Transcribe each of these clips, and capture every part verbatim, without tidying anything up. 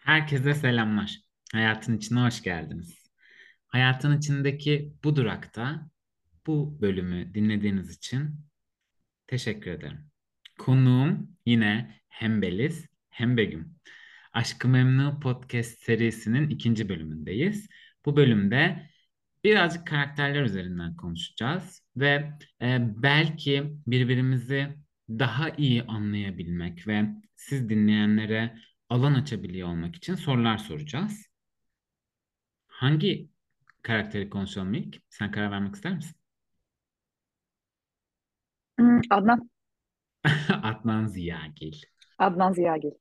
Herkese selamlar. Hayatın içine hoş geldiniz. Hayatın içindeki bu durakta bu bölümü dinlediğiniz için teşekkür ederim. Konuğum yine hem Beliz hem Begüm. Aşk-ı Memnu podcast serisinin ikinci bölümündeyiz. Bu bölümde birazcık karakterler üzerinden konuşacağız ve e, belki birbirimizi daha iyi anlayabilmek ve siz dinleyenlere alan açabiliyor olmak için sorular soracağız. Hangi karakteri konuşalım ilk? Sen karar vermek ister misin? Hmm, Adnan. Adnan Ziyagil. Adnan Ziyagil.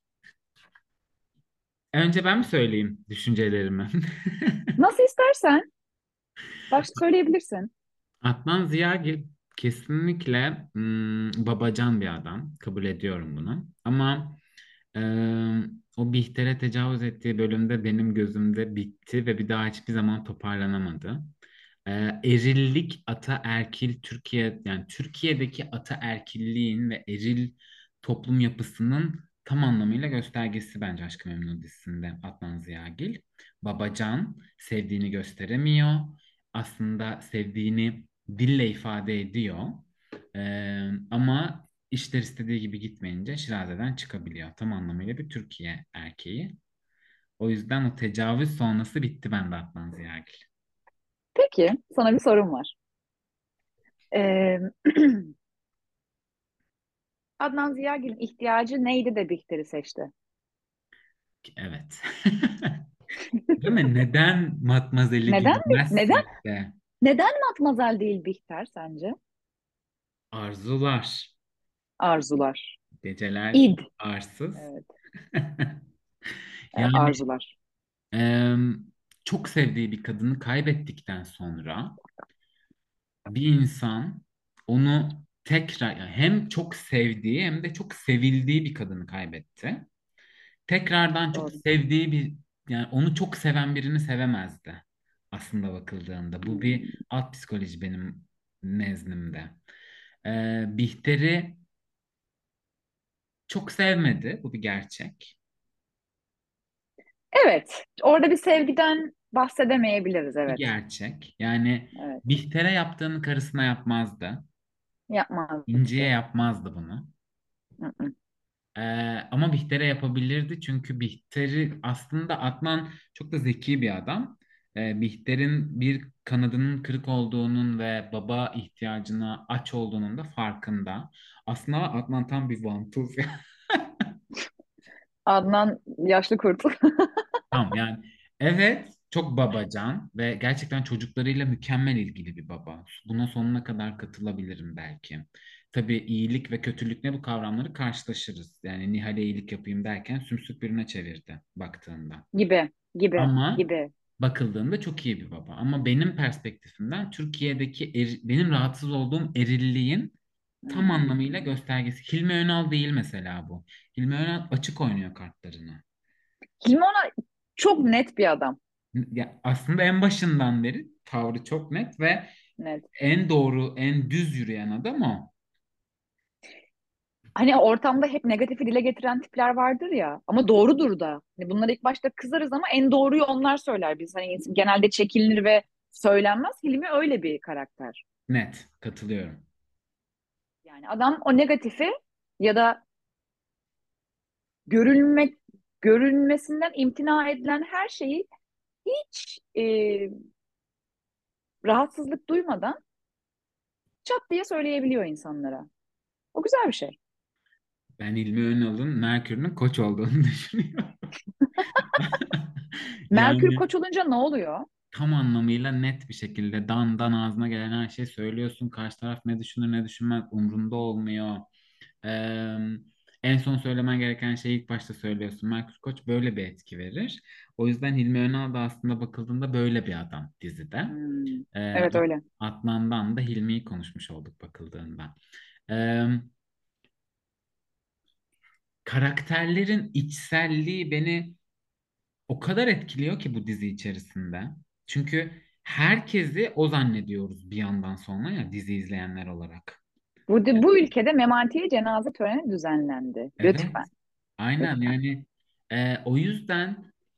Önce ben mi söyleyeyim düşüncelerimi? Nasıl istersen başta söyleyebilirsin. Adnan Ziyagil kesinlikle hmm, babacan bir adam. Kabul ediyorum bunu. Ama e, o Bihter'e tecavüz ettiği bölümde benim gözümde bitti ve bir daha hiçbir zaman toparlanamadı. E, erillik ataerkil Türkiye yani Türkiye'deki ataerkilliğin ve eril toplum yapısının tam anlamıyla göstergesi bence Aşk-ı Memnu dizisinde Adnan Ziyagil. Babacan, sevdiğini gösteremiyor, aslında sevdiğini dille ifade ediyor. Ee, ama işler istediği gibi gitmeyince Şiraze'den çıkabiliyor. Tam anlamıyla bir Türkiye erkeği. O yüzden o tecavüz sonrası bitti bende Adnan Ziyagil. Peki, sana bir sorum var. Ee, Adnan Ziyagil'in ihtiyacı neydi de Bihter'i seçti? Evet. Değil mi? Neden Matmazel'i Neden mi? Neden? giymezsek de Neden Matmazel değil Bihter sence? arzular, Arzular. geceler İd. arsız. Evet, evet Yani arzular. em, çok sevdiği bir kadını kaybettikten sonra bir insan onu tekrar yani hem çok sevdiği hem de çok sevildiği bir kadını kaybetti. Tekrardan çok Doğru. sevdiği bir yani onu çok seven birini sevemezdi aslında bakıldığında. Bu bir Hmm. alt psikoloji benim nezdimde. Ee, Bihter'i çok sevmedi. Bu bir gerçek. Evet, orada bir sevgiden bahsedemeyebiliriz. Bir Evet, gerçek. Yani evet. Bihter'e yaptığını karısına yapmazdı. Yapmazdı. İnci'ye yapmazdı bunu. Mm-mm. Ee, ama Bihter'e yapabilirdi çünkü Bihter'i aslında Adnan çok da zeki bir adam. Ee, Bihter'in bir kanadının kırık olduğunun ve baba ihtiyacına aç olduğunun da farkında. Aslında Adnan tam bir vantuz. Adnan yaşlı kurt. Tamam yani evet çok babacan ve gerçekten çocuklarıyla mükemmel ilgili bir baba. Buna sonuna kadar katılabilirim belki. Tabii iyilik ve kötülükle bu kavramları karşılaşırız. Yani Nihal'e iyilik yapayım derken sümsük birine çevirdi baktığında. Gibi, gibi, Ama gibi. bakıldığında çok iyi bir baba. Ama benim perspektifimden Türkiye'deki eri- benim rahatsız olduğum erilliğin tam anlamıyla Hmm. göstergesi. Hilmi Önal değil mesela bu. Hilmi Önal açık oynuyor kartlarını. Hilmi ona çok net bir adam. Ya aslında en başından beri tavrı çok net ve Net. en doğru, en düz yürüyen adam o. Hani ortamda hep negatifi dile getiren tipler vardır ya. Ama doğrudur da. Hani bunlara ilk başta kızarız ama en doğruyu onlar söyler. Biz hani genelde çekilinir ve söylenmez. Hilmi öyle bir karakter. Net, katılıyorum. Yani adam o negatifi ya da görülmek görülmesinden imtina edilen her şeyi hiç e, rahatsızlık duymadan çat diye söyleyebiliyor insanlara. O güzel bir şey. Ben İlmi Önal'ın Merkür'ün koç olduğunu düşünüyorum. Merkür Yani Koç olunca ne oluyor? tam anlamıyla net bir şekilde dan dan ağzına gelen her şeyi söylüyorsun. Karşı taraf ne düşünür ne düşünmez umrunda olmuyor. Ee, en son söylemen gereken şeyi ilk başta söylüyorsun. Merkür Koç böyle bir etki verir. O yüzden Hilmi Önal da aslında bakıldığında böyle bir adam dizide. Hmm. Ee, Evet öyle. Adnan'dan da Hilmi'yi konuşmuş olduk bakıldığında. Ee, karakterlerin içselliği beni o kadar etkiliyor ki bu dizi içerisinde. Çünkü herkesi o zannediyoruz bir yandan sonra ya dizi izleyenler olarak. Bu, bu ülkede mematiye cenaze töreni düzenlendi. Evet, Lütfen, aynen lütfen. yani e, o yüzden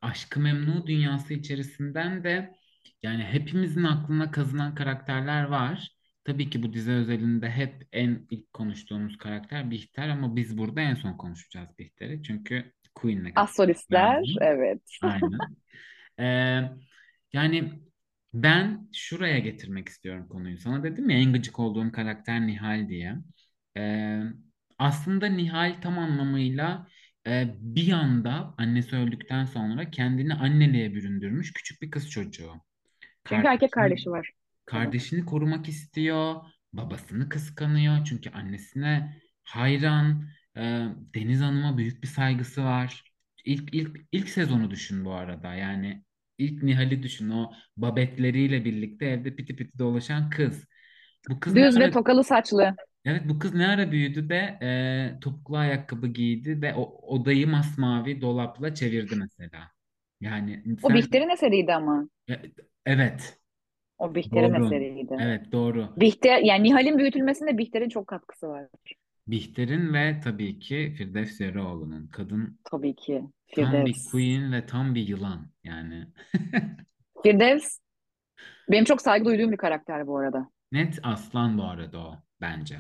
Aşk-ı Memnu dünyası içerisinden de yani hepimizin aklına kazınan karakterler var. Tabii ki bu dizi özelinde hep en ilk konuştuğumuz karakter Bihter ama biz burada en son konuşacağız Bihter'i. Çünkü Queen'le kapışmak Astrolistler, lazım. evet. Aynen. Ee, yani ben şuraya getirmek istiyorum konuyu. Sana dedim ya en gıcık olduğum karakter Nihal diye. Ee, aslında Nihal tam anlamıyla e, bir anda annesi öldükten sonra kendini anneliğe büründürmüş küçük bir kız çocuğu. Çünkü erkek Kardeşini, kardeşi var. Evet. kardeşini korumak istiyor, babasını kıskanıyor çünkü annesine hayran. Ee, Deniz Hanım'a büyük bir saygısı var. İlk, ilk, ilk sezonu düşün bu arada. Yani ilk Nihal'i düşün. O babetleriyle birlikte evde piti piti dolaşan kız. Bu kız ne Düz ve ara, tokalı saçlı. evet bu kız ne ara büyüdü de e, topuklu ayakkabı giydi ve o odayı masmavi dolapla çevirdi mesela. Yani O sen Bihter'in eseriydi ama. e, evet, O Bihter'in doğru. eseriydi. Evet, doğru. Bihter, yani Nihal'in büyütülmesinde Bihter'in çok katkısı var. Bihter'in ve tabii ki Firdevs Yarıoğlu'nun. Kadın Tabii ki. tam bir Firdevs. queen ve tam bir yılan yani. Firdevs benim çok saygı duyduğum bir karakter bu arada. Net aslan bu arada o bence.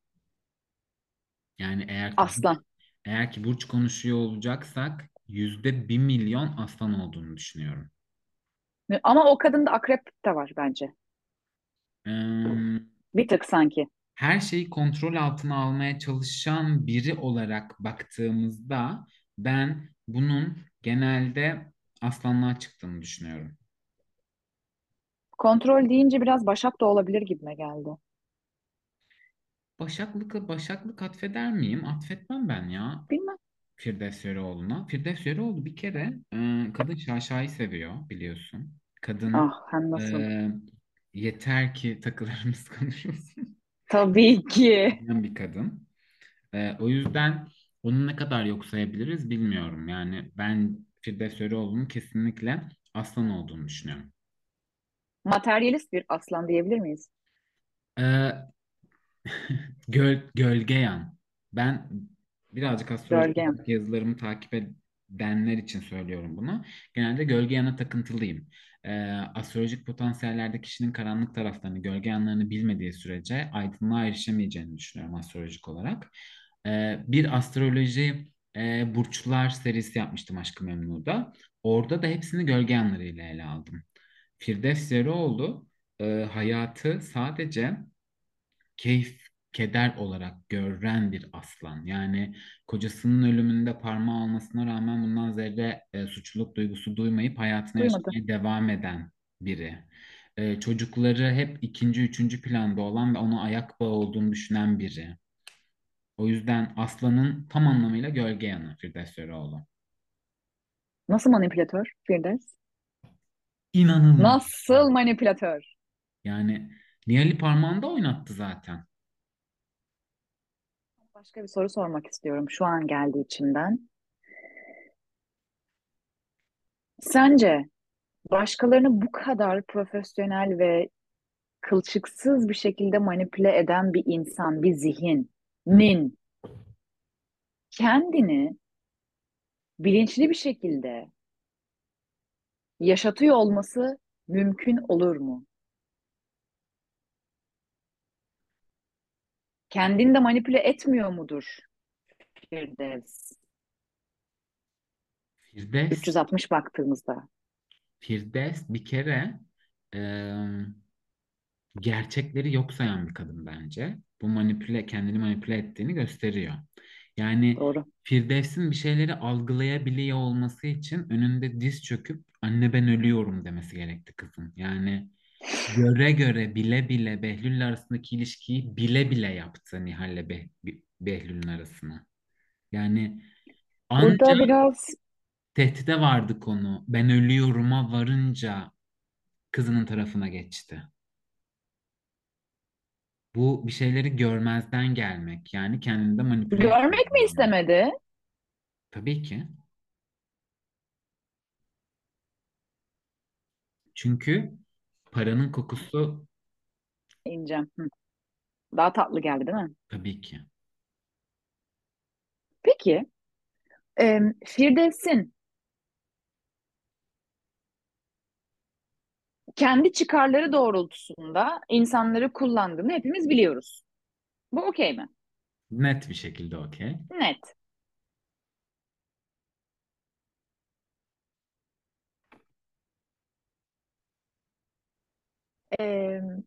Yani eğer ki Aslan. eğer ki burç konuşuyor olacaksak yüzde bir milyon aslan olduğunu düşünüyorum. Ama o kadında akrep de var bence. Ee, Bir tık sanki. her şeyi kontrol altına almaya çalışan biri olarak baktığımızda ben bunun genelde aslanlığa çıktığını düşünüyorum. Kontrol deyince biraz Başak da olabilir gibime geldi. Başaklık'a başaklık atfeder miyim? Atfetmem ben ya. Bilmem. Firdevs Yöreoğlu'na. Firdevs Yöreoğlu bir kere e, kadın şaşayı seviyor biliyorsun. Kadın Ah hem e, nasıl? yeter ki takılarımız konuşulsun Tabii ki. diyen bir kadın. E, o yüzden onu ne kadar yok sayabiliriz bilmiyorum. Yani ben Firdevs Yöreoğlu'nun kesinlikle aslan olduğunu düşünüyorum. Materyalist bir aslan diyebilir miyiz? E, Göl, Gölgeyan. Ben birazcık astrolojik Gölge. olarak yazılarımı takip edenler için söylüyorum bunu. Genelde Gölgeyan'a takıntılıyım. Ee, astrolojik potansiyellerde kişinin karanlık taraflarını, gölge yanlarını bilmediği sürece aydınlığa erişemeyeceğini düşünüyorum astrolojik olarak. Ee, bir astroloji e, burçlar serisi yapmıştım Aşk-ı Memnu'da. Orada da hepsini gölge yanlarıyla ele aldım. Firdevs Yarıoğlu e, hayatı sadece keyif, keder olarak gören bir aslan. Yani kocasının ölümünde parmağı olmasına rağmen bundan zerre e, suçluluk duygusu duymayıp hayatına Duymadı. yaşamaya devam eden biri. E, çocukları hep ikinci, üçüncü planda olan ve ona ayak bağı olduğunu düşünen biri. O yüzden aslanın tam anlamıyla gölge yanı Firdevs Yöreoğlu. Nasıl manipülatör Firdevs? İnanılmaz. Nasıl manipülatör? Yani Nihal'i parmağında oynattı zaten. Başka bir soru sormak istiyorum. Şu an geldi içimden. Sence başkalarını bu kadar profesyonel ve kılçıksız bir şekilde manipüle eden bir insan, bir zihnin kendini bilinçli bir şekilde yaşatıyor olması mümkün olur mu? Kendini de manipüle etmiyor mudur Firdevs? Firdevs, üç yüz altmış baktığımızda. Firdevs bir kere e, gerçekleri yok sayan bir kadın bence. Bu manipüle kendini manipüle ettiğini gösteriyor. Yani Doğru. Firdevs'in bir şeyleri algılayabiliyor olması için önünde diz çöküp anne ben ölüyorum demesi gerekti kızın. Yani göre göre bile bile Behlül'le arasındaki ilişkiyi bile bile yaptı Nihal'le Be Behlül'ün arasını. Yani anca Burada biraz tehdide vardı konu. Ben ölüyorum'a varınca kızının tarafına geçti. Bu bir şeyleri görmezden gelmek. Yani kendini de manipüle etmek. görmek mi istemedi? Tabii ki. Çünkü paranın kokusu İneceğim. Hı. Daha tatlı geldi değil mi? tabii ki. Peki, e, Firdevs'in kendi çıkarları doğrultusunda insanları kullandığını hepimiz biliyoruz. Bu okey mi? Net bir şekilde okey. Net. Ee,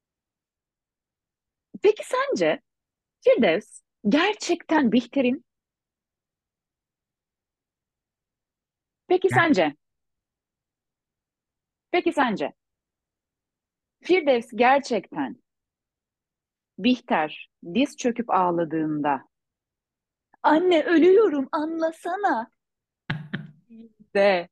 peki sence Firdevs gerçekten Bihter'in, peki Gel. sence, peki sence Firdevs gerçekten Bihter diz çöküp ağladığında anne ölüyorum anlasana de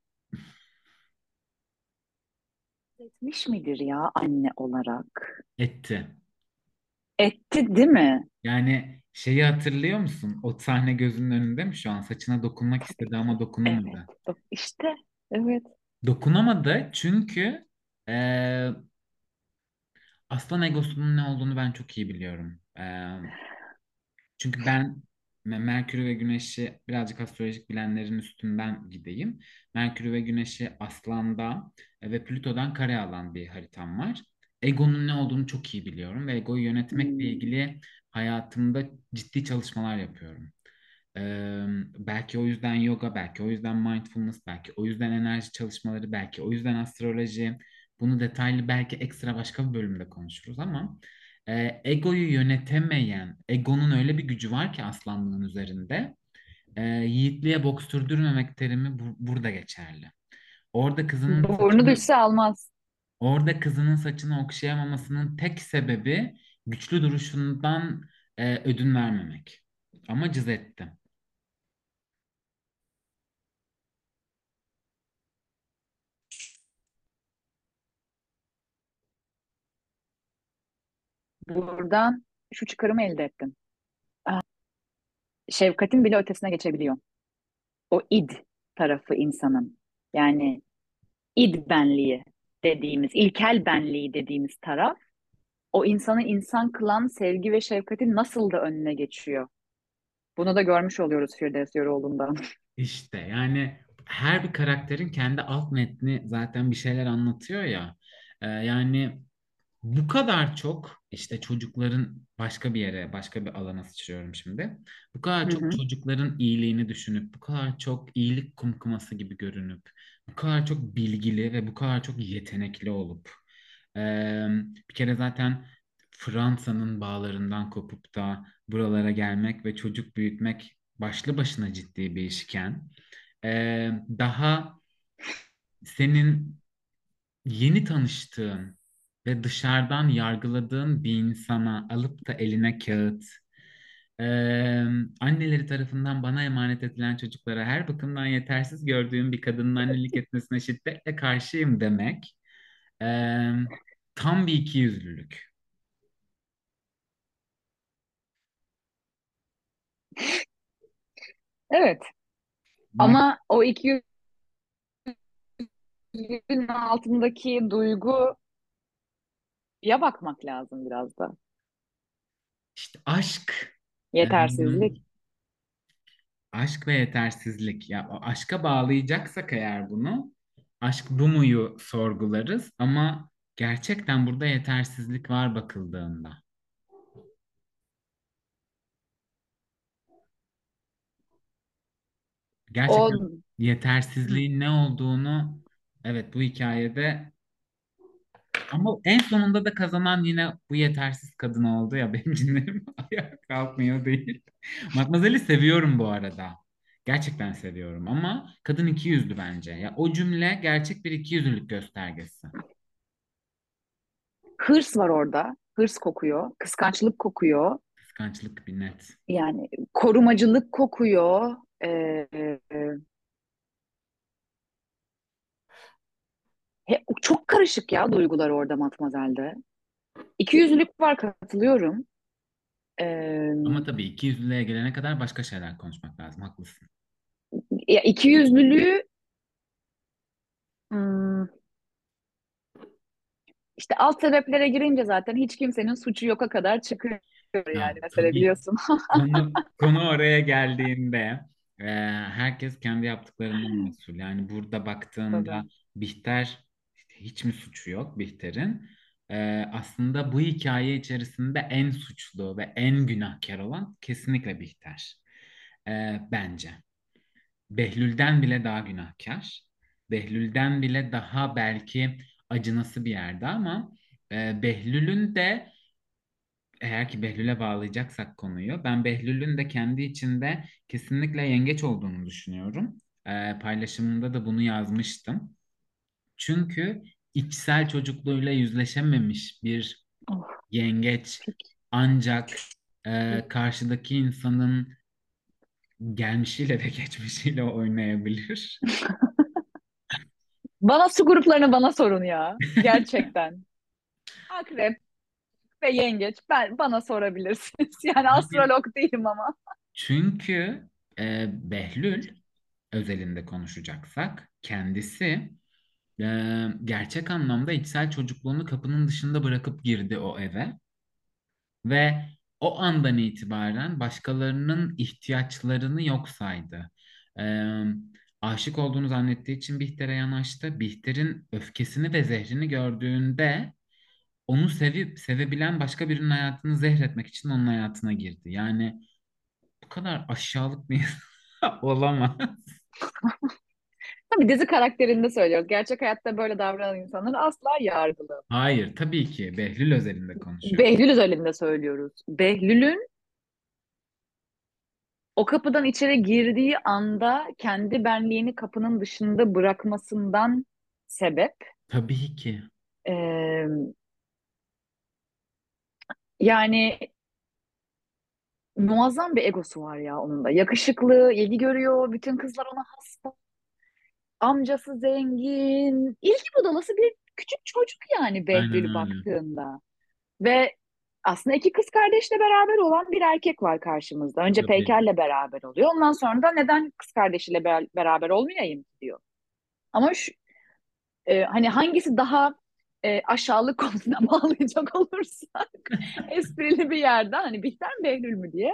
etmiş midir ya anne olarak? Etti. Etti değil mi? Yani şeyi hatırlıyor musun? O sahne gözünün önünde mi şu an? Saçına dokunmak Tabii istedi ama ki. Evet. dokunamadı. Bak işte. Evet. Dokunamadı çünkü eee, aslan egosunun ne olduğunu ben çok iyi biliyorum. Eee, çünkü ben Me- Merkür ve Güneş'i birazcık astrolojik bilenlerin üstünden gideyim. Merkür ve Güneş'i Aslan'da e, ve Plüto'dan kare alan bir haritam var. Egonun ne olduğunu çok iyi biliyorum ve egoyu yönetmekle Hmm. ilgili hayatımda ciddi çalışmalar yapıyorum. Ee, belki o yüzden yoga, belki o yüzden mindfulness, belki o yüzden enerji çalışmaları, belki o yüzden astroloji. Bunu detaylı belki ekstra başka bir bölümde konuşuruz ama e, egoyu yönetemeyen, egonun öyle bir gücü var ki aslanlığın üzerinde. E, yiğitliğe boks sürdürmemek terimi bu- burada geçerli. Orada kızının Burnu saçını, düşse almaz. orada kızının saçını okşayamamasının tek sebebi güçlü duruşundan e, ödün vermemek. Ama cız etti. Buradan şu çıkarımı elde ettim. Ah, şefkatin bile ötesine geçebiliyor. O id tarafı insanın. Yani id benliği dediğimiz, ilkel benliği dediğimiz taraf, o insanı insan kılan sevgi ve şefkatin nasıl da önüne geçiyor. Bunu da görmüş oluyoruz Firdevs Yöroğlu'ndan. İşte yani her bir karakterin kendi alt metni zaten bir şeyler anlatıyor ya. Ee, yani bu kadar çok işte çocukların başka bir yere, başka bir alana sıçrıyorum şimdi. Bu kadar Hı çok hı. çocukların iyiliğini düşünüp, bu kadar çok iyilik kumkuması gibi görünüp, bu kadar çok bilgili ve bu kadar çok yetenekli olup, eee, bir kere zaten Fransa'nın bağlarından kopup da buralara gelmek ve çocuk büyütmek başlı başına ciddi bir işken, eee, daha senin yeni tanıştığın ve dışarıdan yargıladığın bir insana alıp da eline kağıt, eee, anneleri tarafından bana emanet edilen çocuklara her bakımdan yetersiz gördüğüm bir kadının annelik etmesine şiddetle karşıyım demek, eee, tam bir ikiyüzlülük. Evet. Bak Ama o iki yüzün altındaki duyguya bakmak lazım biraz da. işte aşk, eee, Yetersizlik. aşk ve yetersizlik. Ya o aşka bağlayacaksak eğer bunu, aşk bu muyu sorgularız ama gerçekten burada yetersizlik var bakıldığında. Gerçekten O yetersizliğin ne olduğunu, evet, bu hikayede, ama en sonunda da kazanan yine bu yetersiz kadın oldu ya, benim cinlerim ayağa kalkmıyor değil. Matmazel'i seviyorum bu arada. Gerçekten seviyorum ama kadın iki yüzlü bence. Ya o cümle gerçek bir ikiyüzlülük göstergesi. hırs var orada. Hırs kokuyor. Kıskançlık kokuyor. Kıskançlık bir net. Yani korumacılık kokuyor. Ee, e, he- çok karışık ya duygular orada Matmazel'de. İkiyüzlülük var, katılıyorum. Ee, Ama tabii ikiyüzlülüğe gelene kadar başka şeyler konuşmak lazım. Haklısın. ya ikiyüzlülüğü hmm, işte alt sebeplere girince zaten hiç kimsenin suçu yoka kadar çıkıyor Ya yani mesele tabii biliyorsun. konu konu oraya geldiğinde e, herkes kendi yaptıklarından mesul. Yani burada Tabii. baktığında Bihter hiç mi suçu yok Bihter'in? Ee, aslında bu hikaye içerisinde en suçlu ve en günahkar olan kesinlikle Bihter. Ee, bence. Behlül'den bile daha günahkar. Behlül'den bile daha belki acınası bir yerde ama e, Behlül'ün de eğer ki Behlül'e bağlayacaksak konuyu, ben Behlül'ün de kendi içinde kesinlikle yengeç olduğunu düşünüyorum. Ee, paylaşımımda da bunu yazmıştım. Çünkü içsel çocukluğuyla yüzleşememiş bir Oh, yengeç peki. ancak e, karşıdaki insanın gelmişiyle ve geçmişiyle oynayabilir. Bana su gruplarını bana sorun ya. Gerçekten. Akrep ve yengeç ben bana sorabilirsiniz. Yani Hayır. astrolog değilim ama. Çünkü e, Behlül özelinde konuşacaksak kendisi e, gerçek anlamda içsel çocukluğunu kapının dışında bırakıp girdi o eve ve o andan itibaren başkalarının ihtiyaçlarını yok saydı. E, aşık olduğunu zannettiği için Bihter'e yanaştı. Bihter'in öfkesini ve zehrini gördüğünde onu sevip sevebilen başka birinin hayatını zehretmek için onun hayatına girdi. Yani bu kadar aşağılık bir insan olamaz. Tabii dizi karakterinde söylüyoruz. Gerçek hayatta böyle davranan insanları asla yargılamıyor. Hayır, tabii ki Behlül özelinde konuşuyorum. Behlül özelinde söylüyoruz. Behlül'ün o kapıdan içeri girdiği anda kendi benliğini kapının dışında bırakmasından sebep Tabii ki. e, yani muazzam bir egosu var ya onun da. Yakışıklı, ilgi görüyor, bütün kızlar ona hasta. Amcası zengin, ilgi budalası bir küçük çocuk yani Aynen Behlül öyle. baktığında. Ve aslında iki kız kardeşle beraber olan bir erkek var karşımızda. Önce Tabii. Peyker'le beraber oluyor. Ondan sonra da neden kız kardeşiyle be- beraber olmayayım diyor. Ama şu, e, hani hangisi daha e, aşağılık konusuna bağlayacak olursak esprili bir yerden hani Bihter mi Behlül mü diye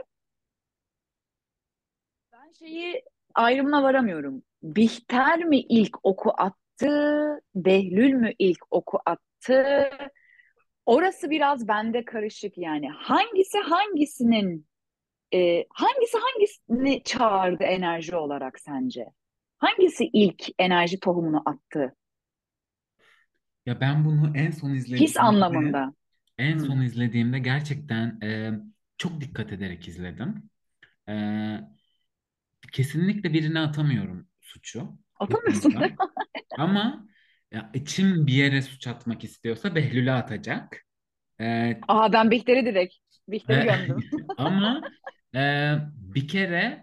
ben şeyi ayrımına varamıyorum. Bihter mi ilk oku attı, Behlül mü ilk oku attı? Orası biraz bende karışık yani. Hangisi hangisinin e, hangisi hangisini çağırdı enerji olarak sence? Hangisi ilk enerji tohumunu attı? Ya ben bunu en son His izlediğimde, anlamında. en Hmm. son izlediğimde gerçekten e, çok dikkat ederek izledim. E, kesinlikle birine atamıyorum suçu bu Atamıyorsun değil konuda. mi? Ama ya, içim bir yere suç atmak istiyorsa Behlül'e atacak. E, Aa ben Bihter'i direkt. Bihter'i e, gömdüm. ama e, bir kere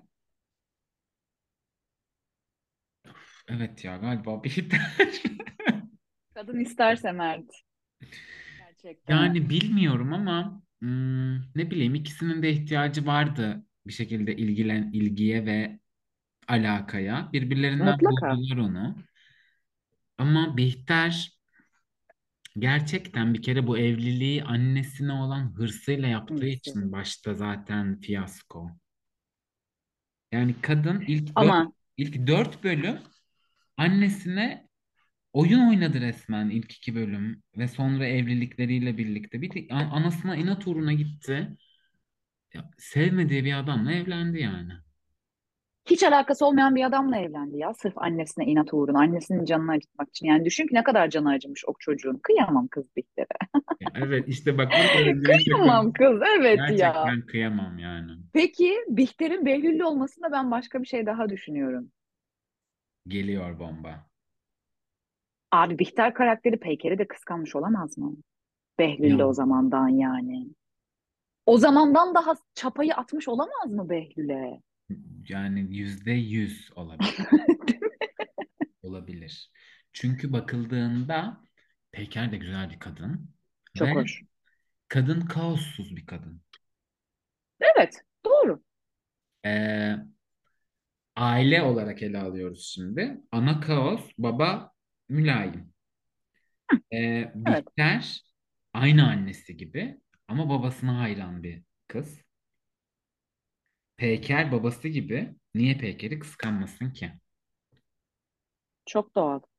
evet ya galiba Bihter. Kadın isterse Mert. Gerçekten. Yani bilmiyorum ama hmm, ne bileyim ikisinin de ihtiyacı vardı bir şekilde ilgilen ilgiye ve alakaya. Birbirlerinden Mutlaka. buldular onu. Ama Bihter gerçekten bir kere bu evliliği annesine olan hırsıyla yaptığı Hırsı. için başta zaten fiyasko. Yani kadın ilk dört, Ama ilk dört bölüm annesine oyun oynadı resmen ilk iki bölüm ve sonra evlilikleriyle birlikte bir de an- anasına inat uğruna gitti. Ya, sevmediği bir adamla evlendi yani. hiç alakası olmayan bir adamla evlendi ya. Sırf annesine inat uğruna, annesinin canını acıtmak için. Yani düşün ki ne kadar canı acımış o çocuğun. Kıyamam kız Bihter'e. Ya evet işte bak buralara gelince konu Kıyamam kız, evet ya. gerçekten kıyamam yani. Peki Bihter'in Behlül'lü olmasında ben başka bir şey daha düşünüyorum. Geliyor bomba. Abi Bihter karakteri Peyker'i de kıskanmış olamaz mı? Ya Behlül'le o zamandan yani. O zamandan daha çapayı atmış olamaz mı Behlül'e? yani yüzde yüz olabilir. Olabilir. Çünkü bakıldığında Peker de güzel bir kadın ve Çok hoş. kadın kaossuz bir kadın. Evet, doğru. Ee, aile olarak ele alıyoruz şimdi. Ana kaos, baba mülayim. Ee, Evet, Bihter aynı annesi gibi ama babasına hayran bir kız. Peyker babası gibi. Niye Peyker'i kıskanmasın ki? çok doğal.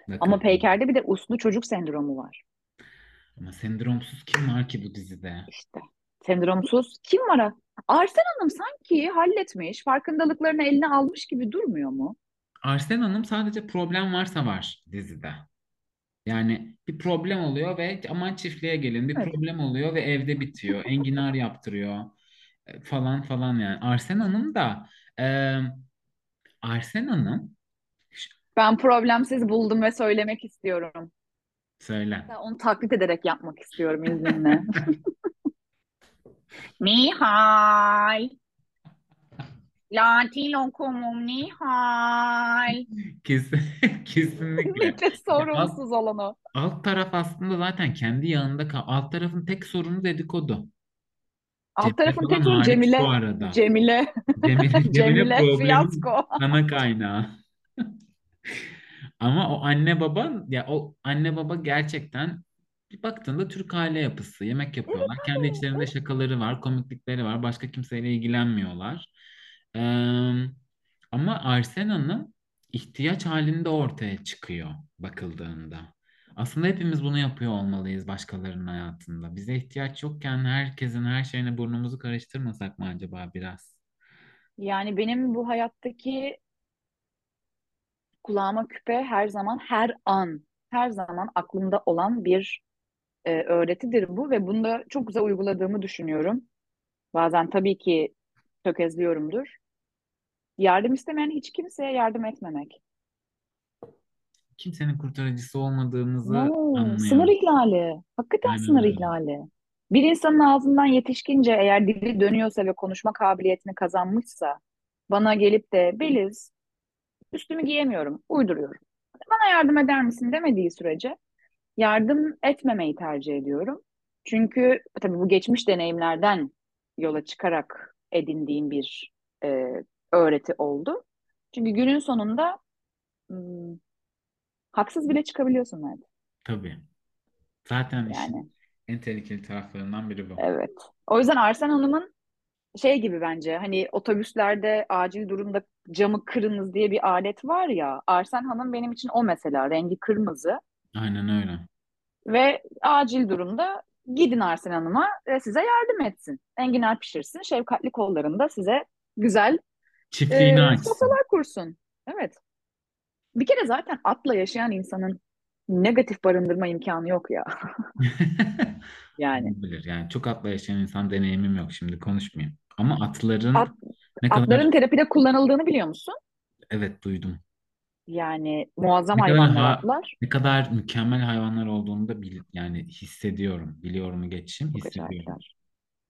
Ama bakıldı. Peyker'de bir de uslu çocuk sendromu var. Ama sendromsuz kim var ki bu dizide? İşte sendromsuz kim var? ha- Arsen Hanım sanki halletmiş, farkındalıklarını eline almış gibi durmuyor mu? Arsen Hanım sadece problem varsa var dizide. Yani bir problem oluyor ve aman çiftliğe gelin. Bir Evet. problem oluyor ve evde bitiyor. Enginar yaptırıyor e, falan falan yani. Arsen Hanım da e, Arsen Hanım ş- Ben problemsiz buldum ve söylemek istiyorum. söyle. Hatta onu taklit ederek yapmak istiyorum izninle. Nihal. Lanti lokumum Nihal. Kesin, kesinlikle. Ne Ya alt, sorumsuz olan o. alt taraf aslında zaten kendi yanında kal. Alt tarafın tek sorunu dedikodu. Alt Cemile tarafın falan tek sorunu hariç bu Cemile. arada. Cemile. Cemile, Cemile Cemile problemin fiyasko. ana kaynağı. Ama o anne baba ya o anne baba gerçekten bir baktığında Türk aile yapısı. Yemek yapıyorlar. Kendi içlerinde şakaları var, komiklikleri var. Başka kimseyle ilgilenmiyorlar. Ee, ama Arsen Hanım ihtiyaç halinde ortaya çıkıyor bakıldığında. Aslında hepimiz bunu yapıyor olmalıyız başkalarının hayatında. Bize ihtiyaç yokken herkesin her şeyine burnumuzu karıştırmasak mı acaba biraz? Yani benim bu hayattaki kulağıma küpe her zaman, her an, her zaman aklımda olan bir e, öğretidir bu ve bunu da çok güzel uyguladığımı düşünüyorum. Bazen tabii ki tökezliyorumdur. Yardım istemeyen hiç kimseye yardım etmemek. Kimsenin kurtarıcısı olmadığımızı No, sınır anlıyoruz. ihlali. Hakikaten Aynen sınır öyle. ihlali. Bir insanın ağzından yetişkince eğer dili dönüyorsa ve konuşma kabiliyetini kazanmışsa bana gelip de Beliz üstümü giyemiyorum, uyduruyorum. Bana yardım eder misin demediği sürece yardım etmemeyi tercih ediyorum. Çünkü tabii bu geçmiş deneyimlerden yola çıkarak edindiğim bir e, öğreti oldu. Çünkü günün sonunda hmm, haksız bile çıkabiliyorsun Mert. Tabii. Zaten işin Yani en tehlikeli taraflarından biri bu. evet. O yüzden Arsen Hanım'ın şey gibi bence hani otobüslerde acil durumda camı kırınız diye bir alet var ya. Arsen Hanım benim için o mesela rengi kırmızı. Aynen öyle. Ve acil durumda gidin Arsen Hanım'a ve size yardım etsin. Enginar pişirsin, şefkatli kollarında size güzel Çiftliğini e, açsın. sofralar kursun. Evet. Bir kere zaten atla yaşayan insanın negatif barındırma imkanı yok ya. Yani Olabilir. Yani çok atla yaşayan insan deneyimim yok. Şimdi konuşmayayım. Ama at, atların ne atların kadar terapide kullanıldığını biliyor musun? evet duydum. Yani muazzam Ne kadar hayvanlar ha, atlar. ne kadar mükemmel hayvanlar olduğunu da bil, yani hissediyorum. Biliyorumu geçeyim, Çok hissediyorum. acayipler.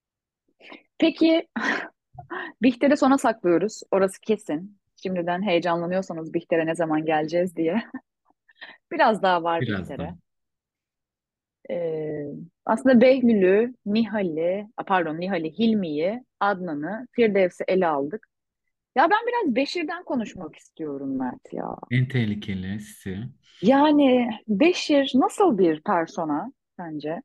Peki Bihter'i sona saklıyoruz. Orası kesin. Şimdiden heyecanlanıyorsanız Bihter'e ne zaman geleceğiz diye. Biraz daha var Bihter'e. Birazdan. Ee, aslında Behlül'ü, Nihal'i, a, pardon Nihal'i, Hilmi'yi, Adnan'ı, Firdevs'i ele aldık. Ya ben biraz Beşir'den konuşmak istiyorum Mert ya. En tehlikelisi. Yani Beşir nasıl bir persona sence?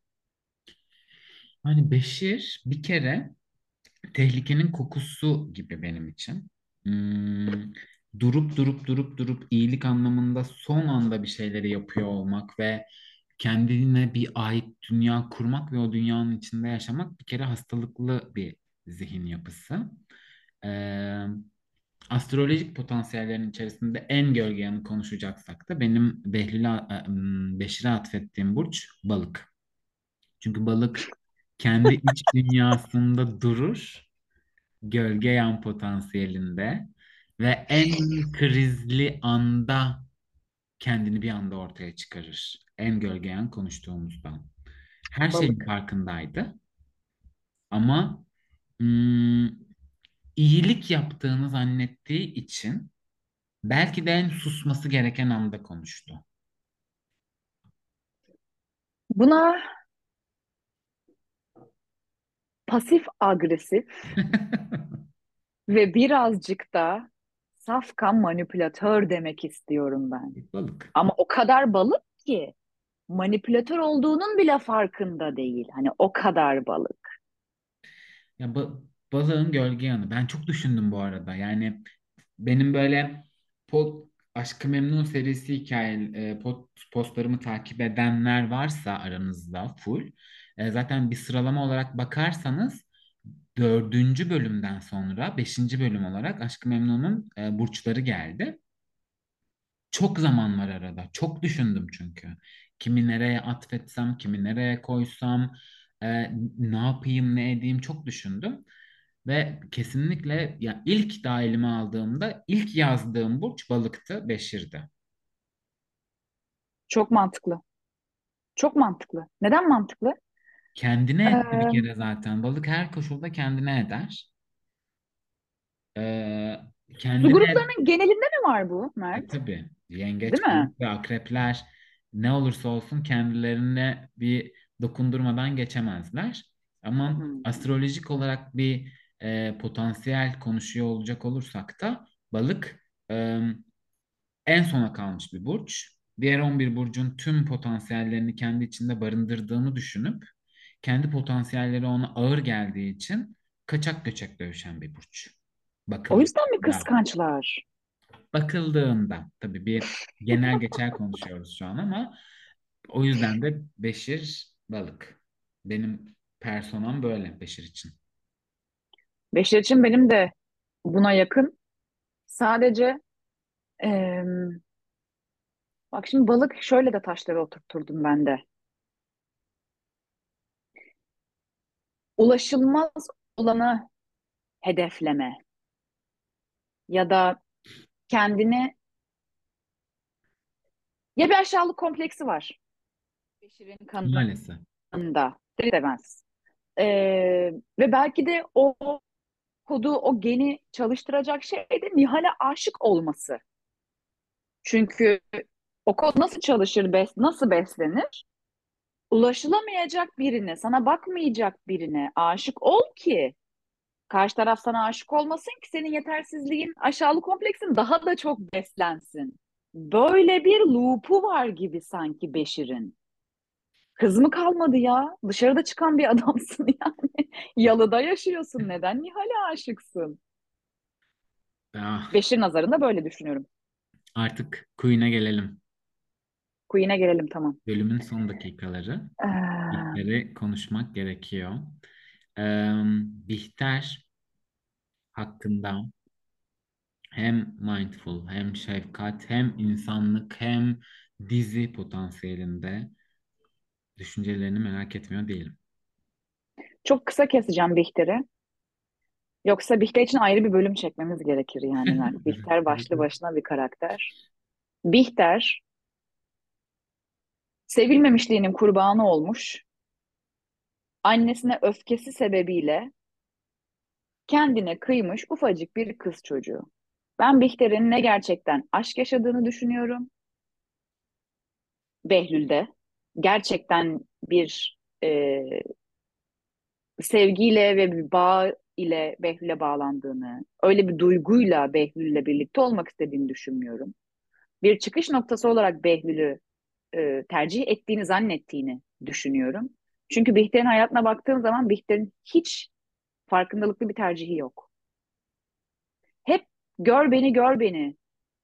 Hani Beşir bir kere tehlikenin kokusu gibi benim için. Hmm, durup durup durup durup iyilik anlamında son anda bir şeyleri yapıyor olmak ve kendine bir ait dünya kurmak ve o dünyanın içinde yaşamak bir kere hastalıklı bir zihin yapısı. Ee, astrolojik potansiyellerin içerisinde en gölge yanı konuşacaksak da benim Behlül'e, e, m, Beşir'e atfettiğim burç balık. Çünkü balık kendi iç dünyasında durur, gölge yan potansiyelinde ve en krizli anda kendini bir anda ortaya çıkarır. En gölge yan konuştuğumuzdan. Her şeyin Balık. farkındaydı ama hmm, iyilik yaptığını zannettiği için belki de en susması gereken anda konuştu. Buna pasif agresif ve birazcık da safkan manipülatör demek istiyorum ben. Balık. Ama o kadar balık ki manipülatör olduğunun bile farkında değil. Hani o kadar balık. Ya ba- balığın gölge yanı. Ben çok düşündüm bu arada. Yani benim böyle Aşk-ı Memnu serisi hikaye e, pot- postlarımı takip edenler varsa aranızda full. E, zaten bir sıralama olarak bakarsanız dördüncü bölümden sonra beşinci bölüm olarak Aşk-ı Memnu'nun e, burçları geldi. Çok zaman var arada. Çok düşündüm çünkü. Kimi nereye atfetsem, kimi nereye koysam, e, ne yapayım, ne edeyim çok düşündüm. Ve kesinlikle ya ilk daha elime aldığımda ilk yazdığım burç balıktı, Beşir'di. Çok mantıklı. Çok mantıklı. Neden mantıklı? Kendine etti bir Ee, kere zaten. Balık her koşulda kendine eder. Ee, Su kendine gruplarının genelinde mi var bu e, Mert? tabii Değil yengeç, mi? balık ve akrepler ne olursa olsun kendilerine bir dokundurmadan geçemezler. Ama Hmm. astrolojik olarak bir e, potansiyel konuşuyor olacak olursak da balık e, en sona kalmış bir burç. Diğer on bir burcun tüm potansiyellerini kendi içinde barındırdığını düşünüp kendi potansiyelleri ona ağır geldiği için kaçak göçek dövüşen bir burç. O yüzden mi Bakıldığında. kıskançlar? Bakıldığında tabii bir genel geçer konuşuyoruz şu an ama o yüzden de Beşir balık. Benim personam böyle Beşir için. Beşir için benim de buna yakın. Sadece em, bak şimdi balık şöyle de taşları oturtturdum ben de. Ulaşılmaz olanı hedefleme ya da kendini ya bir aşağılık kompleksi var. Beşir'in Maalesef. kanında. Demez. Ee, ve belki de o kodu, o geni çalıştıracak şey de Nihal'e aşık olması. Çünkü o kod nasıl çalışır, bes nasıl beslenir? Ulaşılamayacak birine, sana bakmayacak birine aşık ol ki karşı taraf sana aşık olmasın ki senin yetersizliğin, aşağılık kompleksin daha da çok beslensin. Böyle bir loop'u var gibi sanki Beşir'in. Kız mı kalmadı ya? Dışarıda çıkan bir adamsın yani. Yalıda yaşıyorsun. Neden Nihal'e aşıksın? Ah, Beşir nazarında böyle düşünüyorum. artık Queen'e gelelim. Queen'e gelelim tamam. Bölümün son dakikaları. Ee, Bihter'i konuşmak gerekiyor. Ee, Bihter hakkında hem mindful, hem şefkat, hem insanlık, hem dizi potansiyelinde düşüncelerini merak etmiyor değilim. Çok kısa keseceğim Bihter'i. Yoksa Bihter için ayrı bir bölüm çekmemiz gerekir yani Mert. Evet, Bihter evet, başlı evet. başına bir karakter. Bihter sevilmemişliğinin kurbanı olmuş. Annesine öfkesi sebebiyle kendine kıymış ufacık bir kız çocuğu. Ben Bihter'in ne gerçekten aşk yaşadığını düşünüyorum. Behlül'de. Gerçekten bir e, sevgiyle ve bir bağ ile Behlül'e bağlandığını, öyle bir duyguyla Behlül'le birlikte olmak istediğini düşünmüyorum. Bir çıkış noktası olarak Behlül'ü e, tercih ettiğini zannettiğini düşünüyorum. Çünkü Bihter'in hayatına baktığım zaman Bihter'in hiç farkındalıklı bir tercihi yok. Hep gör beni gör beni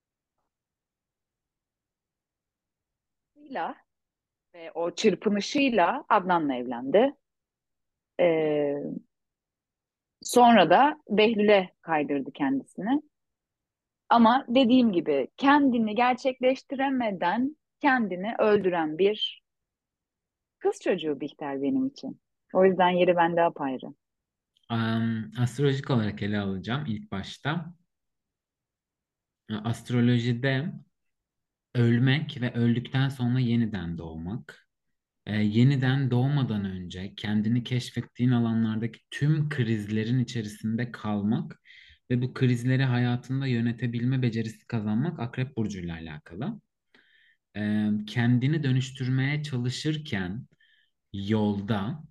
ile ve o çırpınışıyla Adnan'la evlendi. Ee, Sonra da Behlül'e kaydırdı kendisini. Ama dediğim gibi kendini gerçekleştiremeden kendini öldüren bir kız çocuğu Bihter benim için. O yüzden yeri bende apayrı. Am, astrolojik olarak ele alacağım ilk başta. E, Astrolojide ölmek ve öldükten sonra yeniden doğmak. E, yeniden doğmadan önce kendini keşfettiğin alanlardaki tüm krizlerin içerisinde kalmak ve bu krizleri hayatında yönetebilme becerisi kazanmak Akrep Burcu'yla alakalı. E, kendini dönüştürmeye çalışırken yolda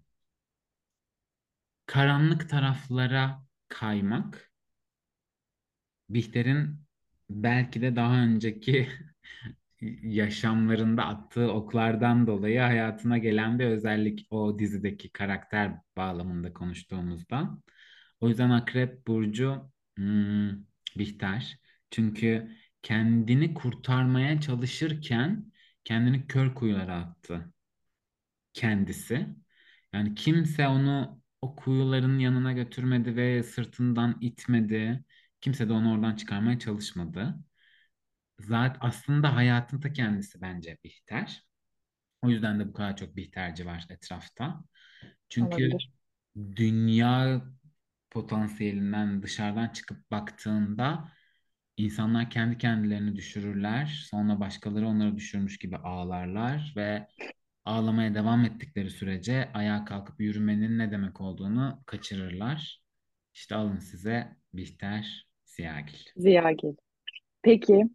karanlık taraflara kaymak, Bihter'in belki de daha önceki yaşamlarında attığı oklardan dolayı hayatına gelen bir özellik o dizideki karakter bağlamında konuştuğumuzda. O yüzden Akrep Burcu hmm, Bihter. Çünkü kendini kurtarmaya çalışırken kendini kör kuyulara attı kendisi. Yani kimse onu o kuyuların yanına götürmedi ve sırtından itmedi. Kimse de onu oradan çıkarmaya çalışmadı. Zaten aslında hayatın ta kendisi bence Bihter. O yüzden de bu kadar çok Bihterci var etrafta. Çünkü Olabilir. dünya potansiyelinden dışarıdan çıkıp baktığında insanlar kendi kendilerini düşürürler. Sonra başkaları onları düşürmüş gibi ağlarlar ve ağlamaya devam ettikleri sürece ayağa kalkıp yürümenin ne demek olduğunu kaçırırlar. İşte alın size Bihter Ziyagil. Ziyagil. Peki,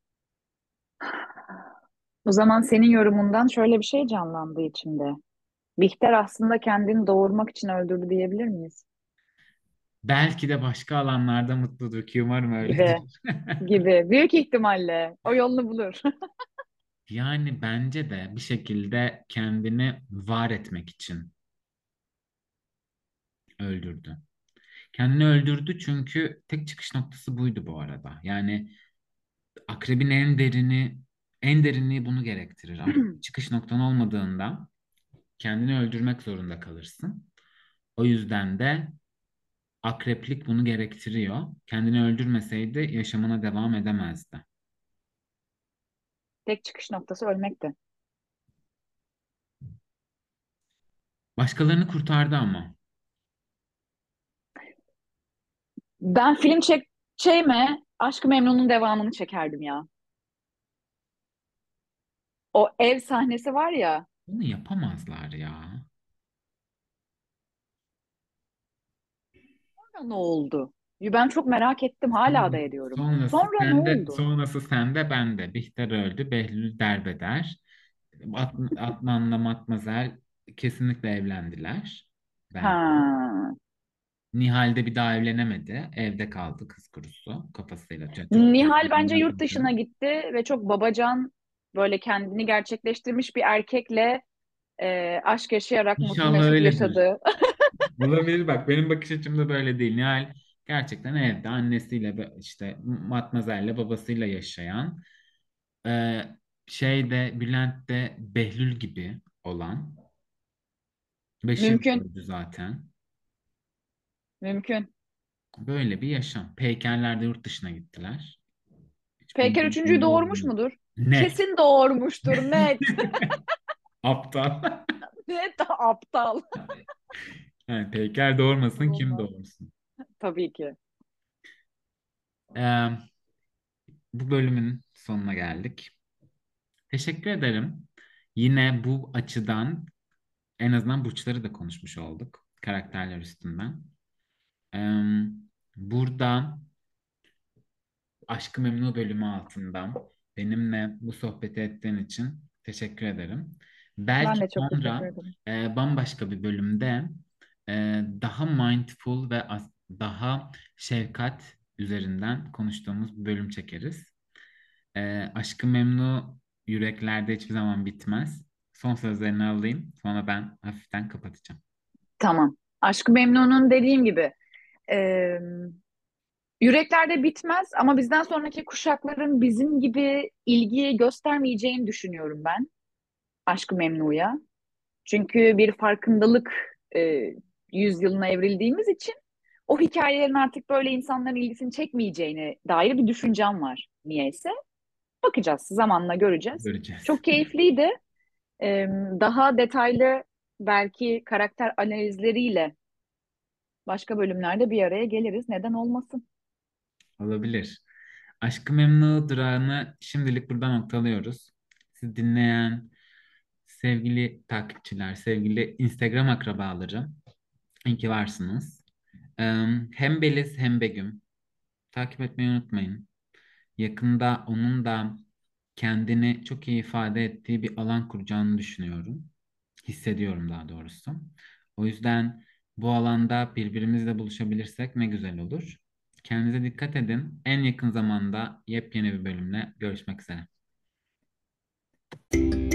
o zaman senin yorumundan şöyle bir şey canlandı içimde. Bihter aslında kendini doğurmak için öldürdü diyebilir miyiz? Belki de başka alanlarda mutludur ki umarım Gibi, öyledir. gibi. Büyük ihtimalle o yolunu bulur. Yani bence de bir şekilde kendini var etmek için öldürdü. Kendini öldürdü çünkü tek çıkış noktası buydu bu arada. Yani akrebin en derini, en derinliği bunu gerektirir. Artık çıkış noktan olmadığında kendini öldürmek zorunda kalırsın. O yüzden de akreplik bunu gerektiriyor. Kendini öldürmeseydi yaşamına devam edemezdi. Tek çıkış noktası ölmekti. Başkalarını kurtardı ama. Ben film çekeceğime Aşk-ı Memnun'un devamını çekerdim ya. O ev sahnesi var ya. Bunu yapamazlar ya. Sonra ne oldu? Ben çok merak ettim. Hala da Sonrası, ediyorum. sonrası Sonra ne sende, oldu? sonrası sende, bende. Bihter öldü, Behlül derbeder. Ad- Adnan'la Matmazel kesinlikle evlendiler. Bence. Ha. Nihal de bir daha evlenemedi. Evde kaldı kız kurusu kafasıyla. Çok, çok Nihal bence sevdiğinden yurt ötürü. dışına gitti ve çok babacan böyle kendini gerçekleştirmiş bir erkekle e, aşk yaşayarak mutlu İnşallah mesut öyledir. yaşadı. Olabilir bak benim bakış açım da böyle değil. Nihal gerçekten evde annesiyle be- işte Matmazel'le babasıyla yaşayan e, şeyde Bülent de Behlül gibi olan beş yıl Mümkün, öldü zaten. mümkün. Böyle bir yaşam. Peykerler de yurt dışına gittiler. Hiç Peyker bunun üçüncüyü umurunda doğurmuş olmuyor. mudur? Net. Kesin doğurmuştur, net. Aptal. Net aptal. Yani Peyker doğurmasın kim İnanılmaz. doğursun? Tabii ki. Ee, bu bölümün sonuna geldik. Teşekkür ederim. Yine bu açıdan en azından burçları da konuşmuş olduk. Karakterler üstünden. Ee, burada Aşk-ı Memnu bölümü altından benimle bu sohbeti ettiğin için teşekkür ederim. Ben Belki de çok teşekkür sonra ederim. e, bambaşka bir bölümde e, daha mindful ve as- daha şefkat üzerinden konuştuğumuz bir bölüm çekeriz. E, Aşk-ı Memnu yüreklerde hiçbir zaman bitmez. Son sözlerini alayım, sonra ben hafiften kapatacağım. Tamam. Aşk-ı Memnun'un dediğim gibi e, yüreklerde bitmez ama bizden sonraki kuşakların bizim gibi ilgi göstermeyeceğini düşünüyorum ben Aşk-ı Memnu'ya. Çünkü bir farkındalık e, yüzyılına evrildiğimiz için o hikayelerin artık böyle insanların ilgisini çekmeyeceğine dair bir düşüncem var niyeyse. Bakacağız, zamanla göreceğiz. Göreceğiz. Çok keyifliydi. E, Daha detaylı belki karakter analizleriyle başka bölümlerde bir araya geliriz. Neden olmasın? Olabilir. Aşk-ı Memnu durağını şimdilik burada noktalıyoruz. Siz dinleyen sevgili takipçiler, sevgili Instagram akrabalarım, iyi ki varsınız. Ee, hem Beliz hem Begüm. Takip etmeyi unutmayın. Yakında onun da kendini çok iyi ifade ettiği bir alan kuracağını düşünüyorum. Hissediyorum daha doğrusu. O yüzden bu alanda birbirimizle buluşabilirsek ne güzel olur. Kendinize dikkat edin. En yakın zamanda yepyeni bir bölümle görüşmek üzere.